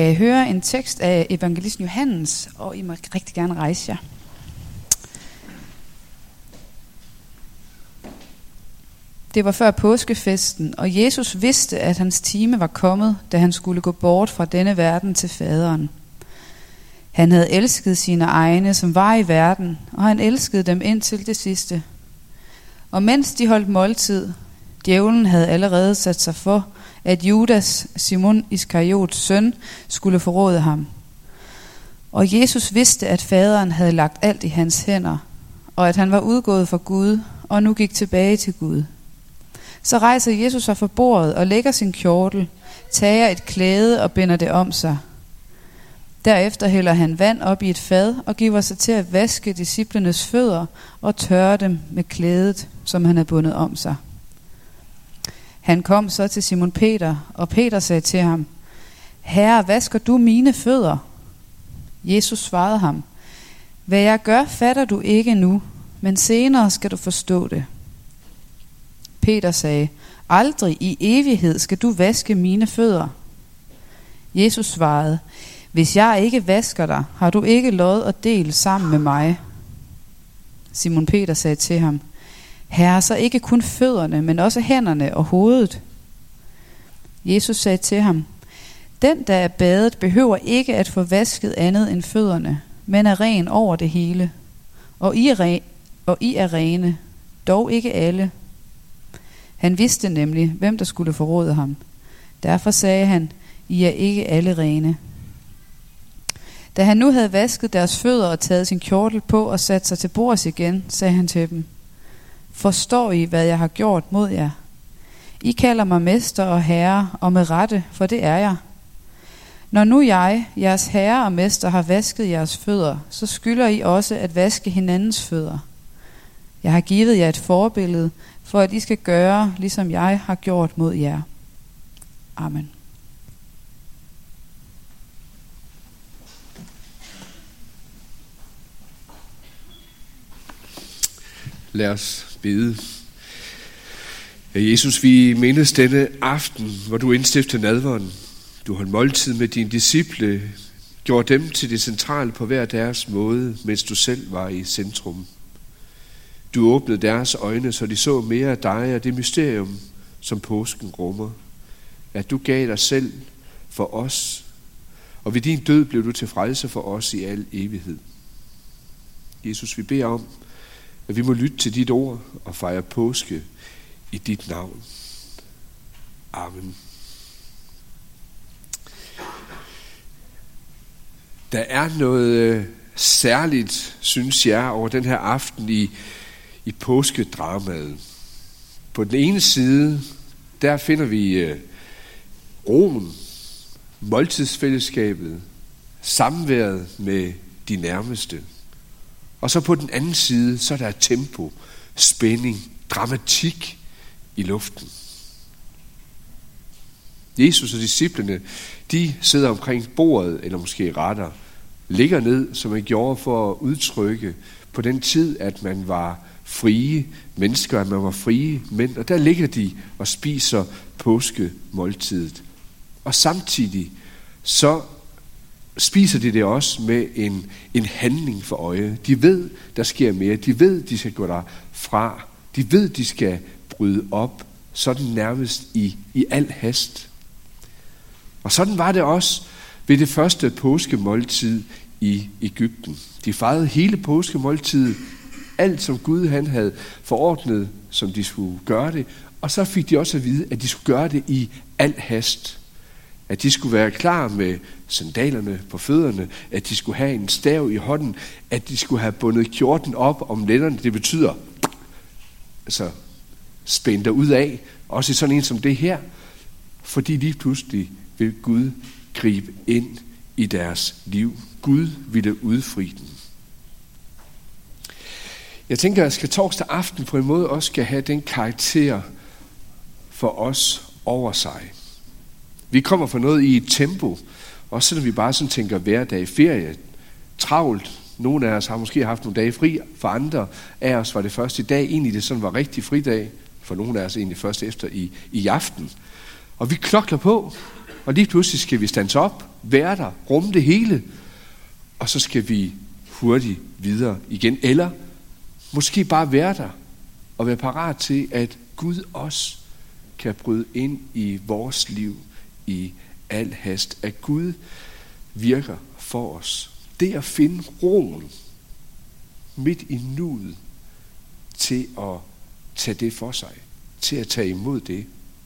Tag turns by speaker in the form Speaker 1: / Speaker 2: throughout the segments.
Speaker 1: høre en tekst af evangelisten Johannes, og I må rigtig gerne rejse jer. Det var før påskefesten, og Jesus vidste, at hans time var kommet, da han skulle gå bort fra denne verden til faderen. Han havde elsket sine egne, som var i verden, og han elskede dem indtil det sidste. Og mens de holdt måltid, djævlen havde allerede sat sig for, at Judas, Simon Iskariots søn, skulle forråde ham. Og Jesus vidste, at faderen havde lagt alt i hans hænder, og at han var udgået fra Gud, og nu gik tilbage til Gud. Så rejser Jesus sig fra bordet og lægger sin kjortel, tager et klæde og binder det om sig. Derefter hælder han vand op i et fad og giver sig til at vaske disciplenes fødder og tørre dem med klædet, som han havde bundet om sig. Han kom så til Simon Peter, og Peter sagde til ham, Herre, vasker du mine fødder? Jesus svarede ham, hvad jeg gør, fatter du ikke nu, men senere skal du forstå det. Peter sagde, aldrig i evighed skal du vaske mine fødder. Jesus svarede, hvis jeg ikke vasker dig, har du ikke lod og del sammen med mig. Simon Peter sagde til ham, Herre, så ikke kun fødderne, men også hænderne og hovedet. Jesus sagde til ham, den, der er badet, behøver ikke at få vasket andet end fødderne, men er ren over det hele. Og I er rene, dog ikke alle. Han vidste nemlig, hvem der skulle forråde ham. Derfor sagde han, I er ikke alle rene. Da han nu havde vasket deres fødder og taget sin kjortel på og sat sig til bords igen, sagde han til dem, forstår I, hvad jeg har gjort mod jer? I kalder mig mester og herre, og med rette, for det er jeg. Når nu jeg, jeres herre og mester, har vasket jeres fødder, så skylder I også at vaske hinandens fødder. Jeg har givet jer et forbillede, for at I skal gøre, ligesom jeg har gjort mod jer. Amen.
Speaker 2: Lad os bede. Jesus, vi mindes denne aften, hvor du indstiftede nadveren. Du holdt måltid med dine disciple, gjorde dem til det centrale på hver deres måde, mens du selv var i centrum. Du åbnede deres øjne, så de så mere af dig og det mysterium, som påsken rummer. At du gav dig selv for os, og ved din død blev du til frelse for os i al evighed. Jesus, vi beder om, at vi må lytte til dit ord og fejre påske i dit navn. Amen. Der er noget særligt, synes jeg, over den her aften i påskedramaet. På den ene side, der finder vi roen, måltidsfællesskabet, samværet med de nærmeste. Og så på den anden side, så er der tempo, spænding, dramatik i luften. Jesus og disciplene, de sidder omkring bordet, eller måske rettere, ligger ned, som man gjorde for at udtrykke på den tid, at man var frie mennesker, at man var frie mænd. Og der ligger de og spiser påskemåltidet. Og samtidig så spiser de det også med en handling for øje. De ved, der sker mere. De ved, de skal gå derfra. De ved, de skal bryde op. Sådan nærmest i al hast. Og sådan var det også ved det første påskemåltid i Egypten. De fejrede hele påskemåltidet. Alt som Gud han havde forordnet, som de skulle gøre det. Og så fik de også at vide, at de skulle gøre det i al hast. At de skulle være klar med sandalerne på fødderne, at de skulle have en stav i hånden, at de skulle have bundet kjorten op om lænderne. Det betyder, altså spænd dig ud af, også i sådan en som det her, fordi lige pludselig vil Gud gribe ind i deres liv. Gud ville udfri dem. Jeg tænker, at skal torsdag aften på en måde også skal have den karakter for os over sig. Vi kommer fra noget i et tempo, også selvom vi bare sådan tænker hverdag, ferie, travlt. Nogle af os har måske haft nogle dage fri, for andre af os var det først i dag, egentlig det sådan var rigtig fridag, for nogle af os egentlig først efter i aften. Og vi klokler på, Og lige pludselig skal vi stands op, være der, rumme det hele, og så skal vi hurtigt videre igen. Eller måske bare være der og være parat til, at Gud også kan bryde ind i vores liv i al hast. At Gud virker for os. Det at finde roen midt i nuet til at tage det for sig. Til at tage imod det.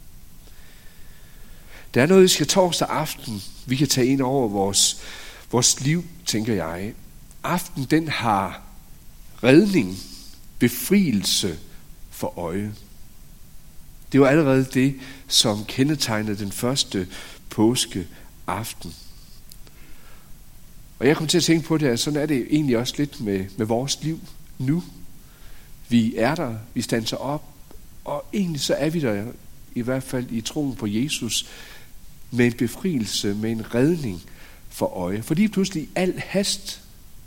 Speaker 2: Der er noget, vi skal torsdag aften, vi kan tage ind over vores liv, tænker jeg. Aften, den har redning, befrielse for øje. Det var allerede det, som kendetegnede den første påskeaften. Og jeg kom til at tænke på det, at sådan er det egentlig også lidt med vores liv nu. Vi er der, vi standser op, og egentlig så er vi der, i hvert fald i troen på Jesus, med en befrielse, med en redning for øje. For lige pludselig i al hast,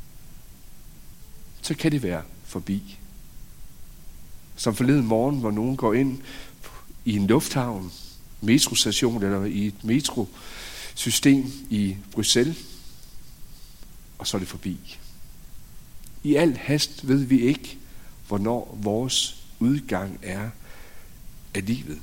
Speaker 2: så kan det være forbi. Som forleden morgen, hvor nogen går ind i en lufthavn, metrostation eller i et metrosystem i Bruxelles, og så er det forbi. I al hast ved vi ikke, hvornår vores udgang er af livet.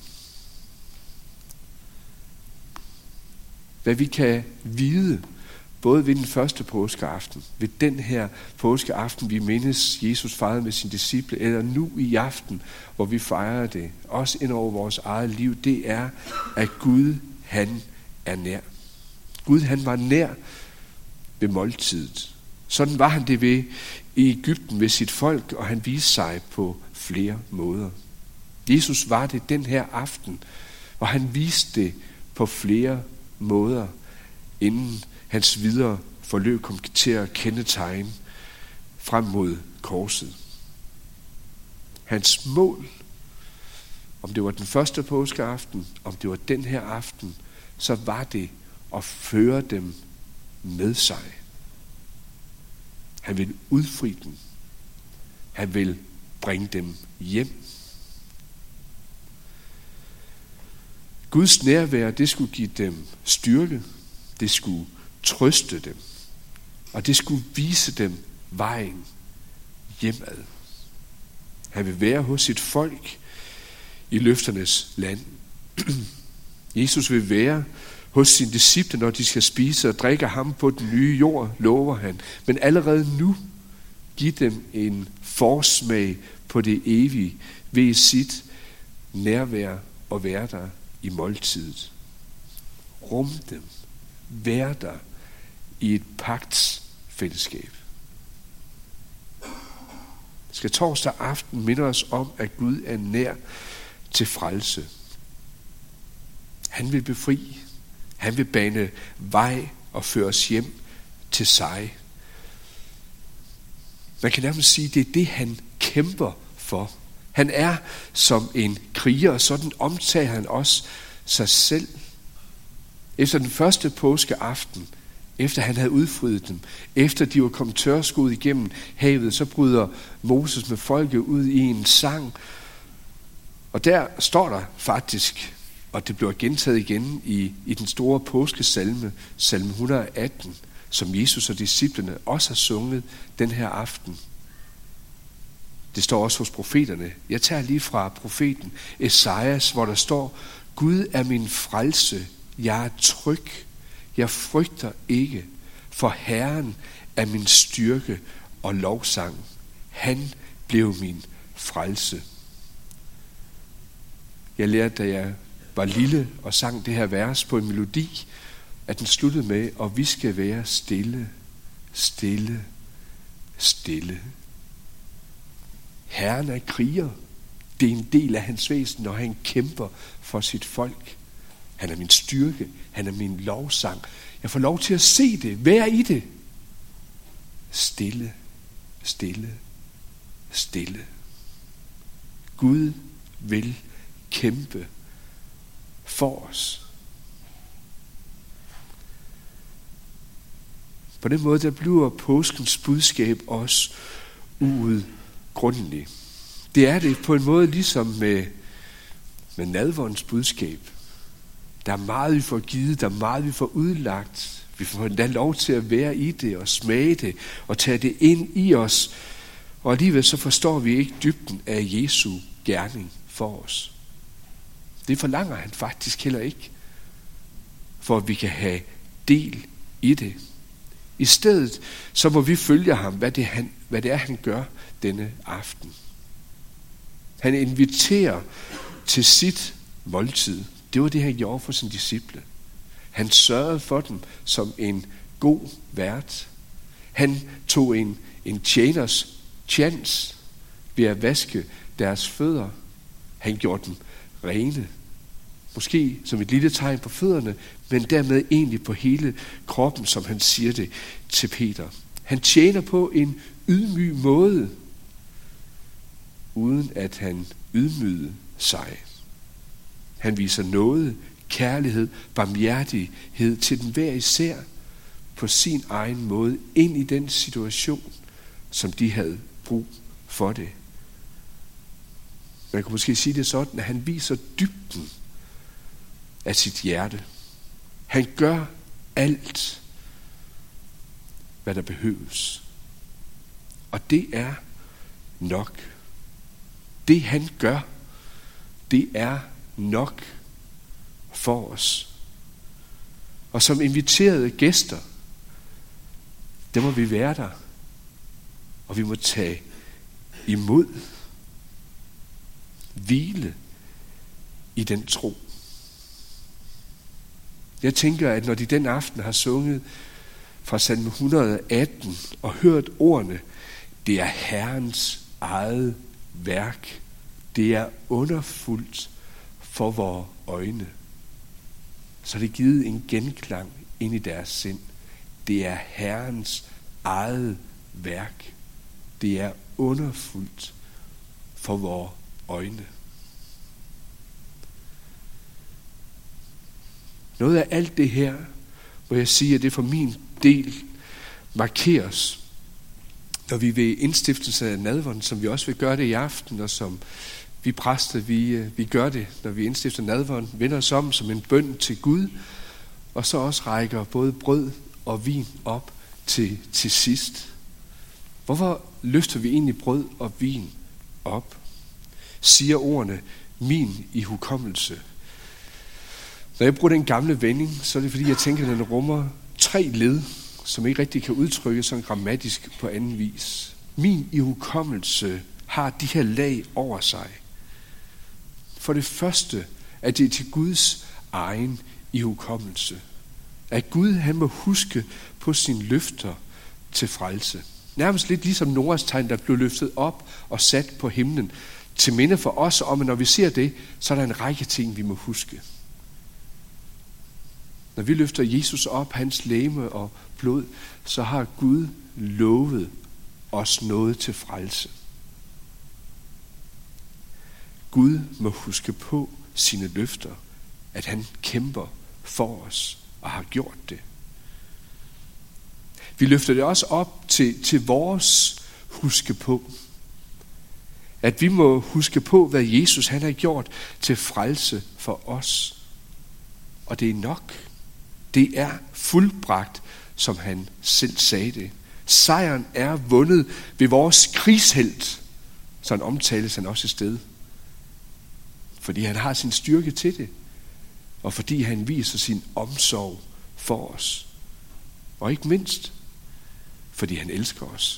Speaker 2: Hvad vi kan vide, både ved den første påskeaften, ved den her påskeaften, vi mindes Jesus fejrede med sine disciple, eller nu i aften, hvor vi fejrer det, også ind over vores eget liv, det er, at Gud, han er nær. Gud, han var nær ved måltidet. Sådan var han det ved i Egypten ved sit folk, og han viste sig på flere måder. Jesus var det den her aften, og han viste det på flere måder, inden hans videre forløb kom til at kendetegne frem mod korset. Hans mål, om det var den første påskeaften, om det var den her aften, så var det at føre dem med sig. Han vil udfri dem. Han vil bringe dem hjem. Guds nærvær, det skulle give dem styrke. Det skulle trøste dem. Og det skulle vise dem vejen hjemad. Han vil være hos sit folk i løfternes land. Jesus vil være hos sine disciple, når de skal spise og drikke ham på den nye jord, lover han. Men allerede nu giv dem en forsmag på det evige ved sit nærvær og være der i måltidet. Rum dem. Vær der i et pagtsfællesskab. Skal torsdag aften minde os om, at Gud er nær til frelse. Han vil befri. Han vil bane vej og føre os hjem til sig. Man kan nærmest sige, at det er det, han kæmper for. Han er som en kriger, og sådan omtager han også sig selv. Efter den første påskeaften, efter han havde udfriet dem, efter de var kommet tørskud igennem havet, så bryder Moses med folket ud i en sang. Og der står der faktisk, og det bliver gentaget igen i den store påskesalme, salme 118, som Jesus og disciplene også har sunget den her aften. Det står også hos profeterne. Jeg tager lige fra profeten Esajas, hvor der står, Gud er min frelse, jeg er tryg, jeg frygter ikke, for Herren er min styrke og lovsang. Han blev min frelse. Jeg lærte, da jeg var lille og sang det her vers på en melodi, at den sluttede med, og vi skal være stille, stille, stille. Herren er kriger. Det er en del af hans væsen, når han kæmper for sit folk. Han er min styrke. Han er min lovsang. Jeg får lov til at se det. Være i det. Stille, stille, stille. Gud vil kæmpe for os. På den måde, der bliver påskens budskab også uudgrundelig. Det er det på en måde ligesom med nadverens budskab. Der er meget, vi får givet, der er meget, vi får udlagt. Vi får endda lov til at være i det og smage det og tage det ind i os. Og alligevel så forstår vi ikke dybden af Jesu gerning for os. Det forlanger han faktisk heller ikke, for at vi kan have del i det. I stedet så må vi følge ham, hvad det er, han gør denne aften. Han inviterer til sit måltid. Det var det, han gjorde for sine disciple. Han sørgede for dem som en god vært. Han tog en tjeners tjans ved at vaske deres fødder. Han gjorde dem rene. Måske som et lille tegn på fødderne, men dermed egentlig på hele kroppen, som han siger det til Peter. Han tjener på en ydmyg måde, uden at han ydmyger sig. Han viser nåde, kærlighed, barmhjertighed til den hver især på sin egen måde ind i den situation, som de havde brug for det. Man kan måske sige det sådan, at han viser dybden af sit hjerte. Han gør alt, hvad der behøves. Og det er nok. Det han gør, det er nok for os. Og som inviterede gæster, der må vi være der. Og vi må tage imod. Hvile i den tro. Jeg tænker, at når de den aften har sunget fra salme 118 og hørt ordene, det er Herrens eget værk. Det er underfuldt for vores øjne. Så er det givet en genklang ind i deres sind. Det er Herrens eget værk. Det er underfuldt for vores øjne. Noget af alt det her, hvor jeg siger, at det for min del markeres, når vi ved indstiftelse af nadveren, som vi også vil gøre det i aften, og som vi præster, vi gør det, når vi indstifter nadveren, vender os om som en bøn til Gud, og så også rækker både brød og vin op til sidst. Hvorfor løfter vi egentlig brød og vin op? Siger ordene min ihukommelse. Når jeg bruger den gamle vending, så er det fordi, jeg tænker, at den rummer 3 led, som ikke rigtig kan udtrykkes sådan grammatisk på anden vis. Min ihukommelse har de her lag over sig. For det første, at det er til Guds egen ihukommelse. At Gud, han må huske på sine løfter til frelse. Nærmest lidt ligesom Noahs tegn, der blev løftet op og sat på himlen. Til minde for os om, at når vi ser det, så er der en række ting, vi må huske. Når vi løfter Jesus op, hans legeme og blod, så har Gud lovet os noget til frelse. Gud må huske på sine løfter, at han kæmper for os og har gjort det. Vi løfter det også op til vores huske på. At vi må huske på, hvad Jesus han har gjort til frelse for os. Og det er nok. Det er fuldbragt, som han selv sagde det. Sejren er vundet ved vores krigshelt. Sådan omtales han også et sted. Fordi han har sin styrke til det. Og fordi han viser sin omsorg for os. Og ikke mindst, fordi han elsker os.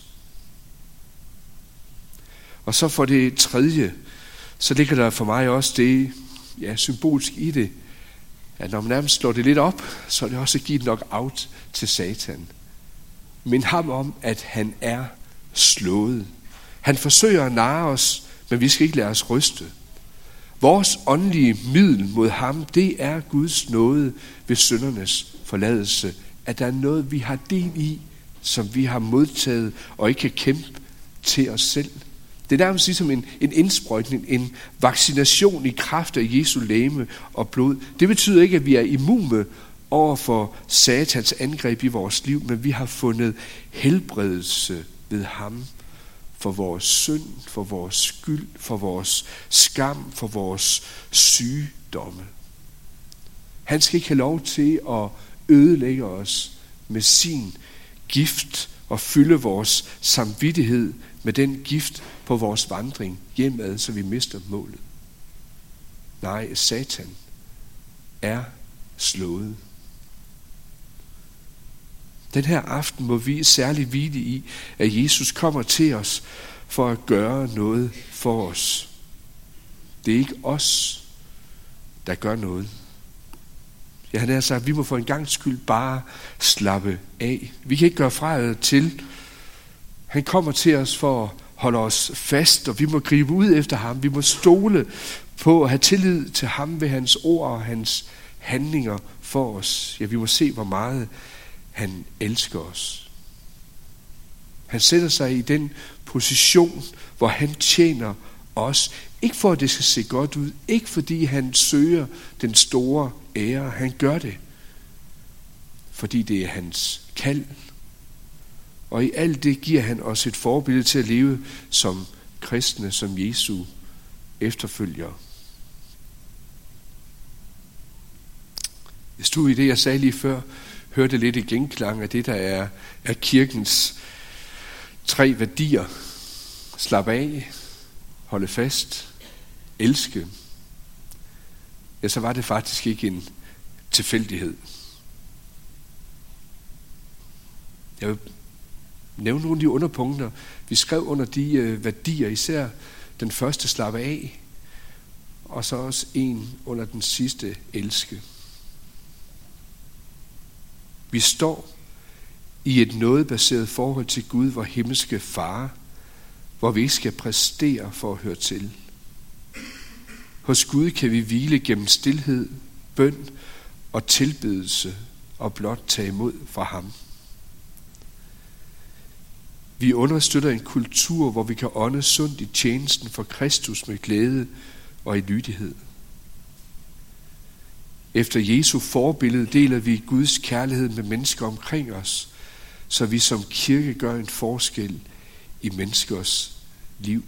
Speaker 2: Og så for det tredje, så ligger der for mig også det symbolsk i det, at når man nærmest slår det lidt op, så er det også at give et knock-out til Satan. Mind ham om, at han er slået. Han forsøger at narre os, men vi skal ikke lade os ryste. Vores åndelige middel mod ham, det er Guds nåde ved syndernes forladelse. At der er noget, vi har del i, som vi har modtaget og ikke kan kæmpe til os selv. Det er nærmest ligesom en indsprøjtning, en vaccination i kraft af Jesu legeme og blod. Det betyder ikke, at vi er immune over for Satans angreb i vores liv, men vi har fundet helbredelse ved ham for vores synd, for vores skyld, for vores skam, for vores sygdomme. Han skal ikke have lov til at ødelægge os med sin gift og fylde vores samvittighed med den gift på vores vandring hjemad, så vi mister målet. Nej, Satan er slået. Den her aften må vi særligt vide i, at Jesus kommer til os for at gøre noget for os. Det er ikke os, der gør noget. Ja, han har sagt, at vi må for en gangs skyld bare slappe af. Vi kan ikke gøre fra eller til. Han kommer til os for at holde os fast, og vi må gribe ud efter ham. Vi må stole på at have tillid til ham ved hans ord og hans handlinger for os. Ja, vi må se, hvor meget han elsker os. Han sætter sig i den position, hvor han tjener os. Ikke for, at det skal se godt ud. Ikke fordi han søger den store ære. Han gør det, fordi det er hans kald. Og i alt det giver han os et forbillede til at leve som kristne, som Jesu efterfølgere. Hvis du i det, jeg sagde lige før, hørte lidt i genklang af det, der er kirkens 3 værdier. Slap af, holde fast, elske. Ja, så var det faktisk ikke en tilfældighed. Jeg vil nævne nogle af de underpunkter. Vi skrev under de værdier, især den første, slappe af, og så også en under den sidste, elske. Vi står i et nådebaseret forhold til Gud, vor himmelske far, hvor vi ikke skal præstere for at høre til. Hos Gud kan vi hvile gennem stilhed, bøn og tilbedelse og blot tage imod fra ham. Vi understøtter en kultur, hvor vi kan ånde sundt i tjenesten for Kristus med glæde og i lydighed. Efter Jesu forbillede deler vi Guds kærlighed med mennesker omkring os, så vi som kirke gør en forskel i menneskers liv.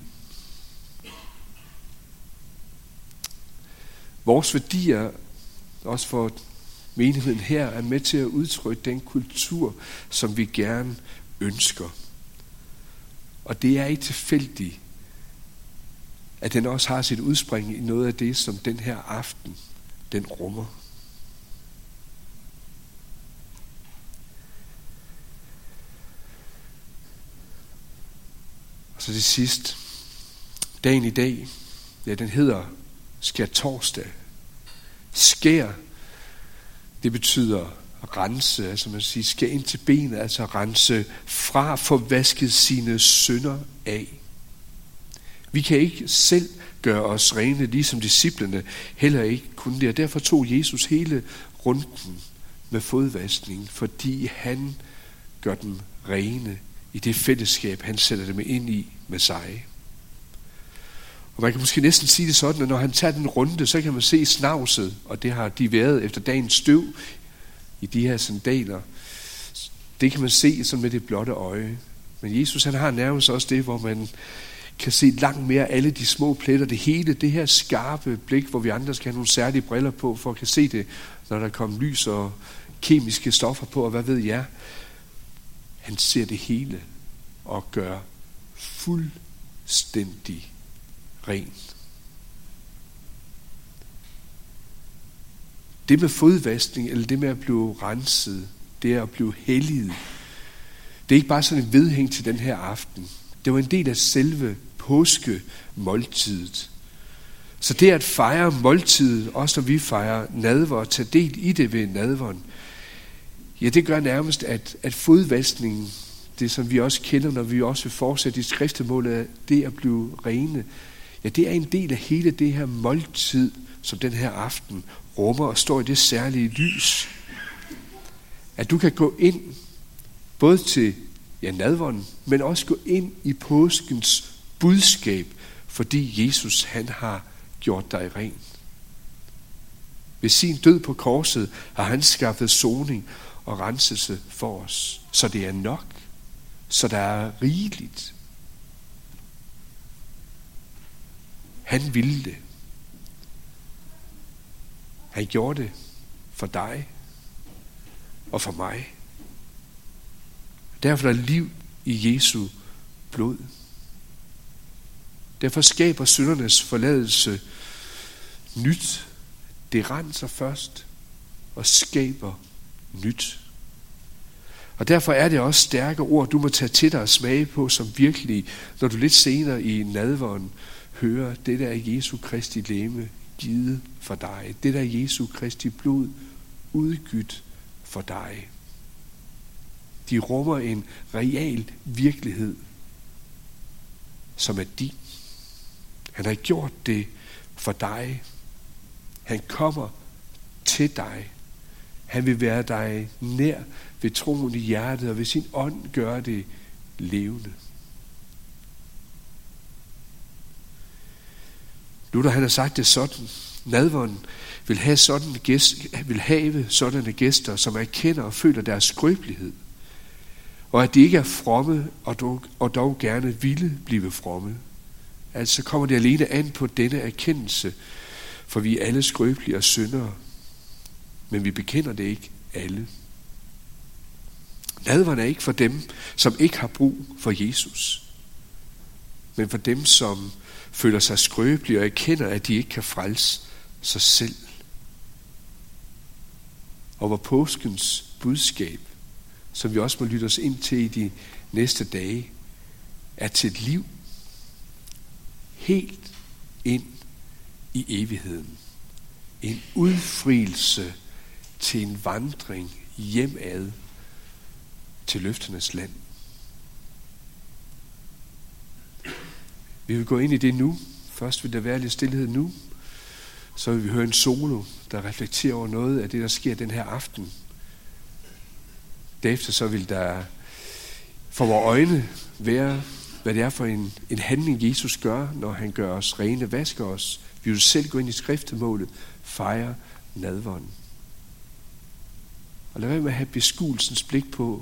Speaker 2: Vores værdier, også for menigheden her, er med til at udtrykke den kultur, som vi gerne ønsker. Og det er ikke tilfældigt, at den også har sit udspring i noget af det, som den her aften, den rummer. Og så til sidst, dagen i dag, ja, den hedder skærtorsdag. Skær, det betyder rense, altså man siger, skær ind til benet, altså rense fra, få vasket sine synder af. Vi kan ikke selv gøre os rene, ligesom disciplene heller ikke kunne det, og derfor tog Jesus hele runden med fodvaskning, fordi han gør dem rene i det fællesskab, han sætter dem ind i med sig. Og man kan måske næsten sige det sådan, at når han tager den runde, så kan man se snavset, og det har de været efter dagens støv i de her sandaler. Det kan man se sådan med det blotte øje. Men Jesus, han har nærmest også det, hvor man kan se langt mere alle de små pletter, det hele, det her skarpe blik, hvor vi andre skal have nogle særlige briller på, for at kan se det, når der kommer lys og kemiske stoffer på, og hvad ved jeg. Han ser det hele og gør fuldstændig rent. Det med fodvaskning, eller det med at blive renset, det er at blive helliget. Det er ikke bare sådan en vedhæng til den her aften. Det var en del af selve påskemåltidet. Så det at fejre måltidet, også når vi fejrer nadver og tage del i det ved nadveren, ja, det gør nærmest, at fodvaskningen, det som vi også kender, når vi også vil fortsætte i skriftemålet, det at blive rene, ja, det er en del af hele det her måltid, som den her aften rummer og står i det særlige lys. At du kan gå ind både til nadveren, men også gå ind i påskens budskab, fordi Jesus, han har gjort dig ren. Ved sin død på korset har han skaffet soning og renselse for os. Så det er nok. Så der er rigeligt. Han ville det. Han gjorde det for dig og for mig. Derfor er der liv i Jesu blod. Derfor skaber syndernes forladelse nyt. Det renser først og skaber nyt. Og derfor er det også stærke ord, du må tage til dig og smage på, som virkelig, når du lidt senere i nadveren hører, det der er Jesu Kristi legeme givet for dig. Det der er Jesu Kristi blod udgydt for dig. De rummer en reel virkelighed, som er din. Han har gjort det for dig. Han kommer til dig. Han vil være dig nær ved troen i hjertet, og ved sin ånd gøre det levende. Luther han har sagt det sådan. Nadveren vil have sådanne gæster, som erkender og føler deres skrøbelighed, og at de ikke er fromme og dog gerne ville blive fromme. Altså kommer det alene an på denne erkendelse, for vi er alle skrøbelige og syndere, men vi bekender det ikke alle. Nadveren er ikke for dem, som ikke har brug for Jesus, men for dem, som føler sig skrøbelige og erkender, at de ikke kan frelse sig selv. Og hvor påskens budskab, som vi også må lytte os ind til i de næste dage, er til et liv helt ind i evigheden. En udfrielse til en vandring hjemad til løfternes land. Vi vil gå ind i det nu. Først vil der være lidt stillhed nu. Så vil vi høre en solo, der reflekterer over noget af det, der sker den her aften. Derefter så vil der for vores øjne være, hvad det er for en handling, Jesus gør, når han gør os rene, vasker os. Vi vil selv gå ind i skriftemålet, fejre nadveren. Og lad være med at have beskuelsens blik på,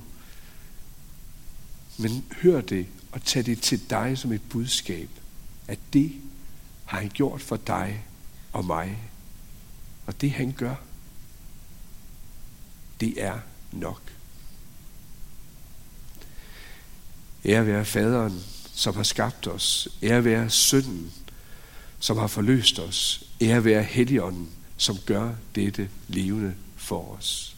Speaker 2: men hør det og tag det til dig som et budskab, at det har han gjort for dig og mig. Og det han gør, det er nok. Ære være faderen, som har skabt os. Ære være sønnen, som har forløst os. Ære være Helligånden, som gør dette levende for os.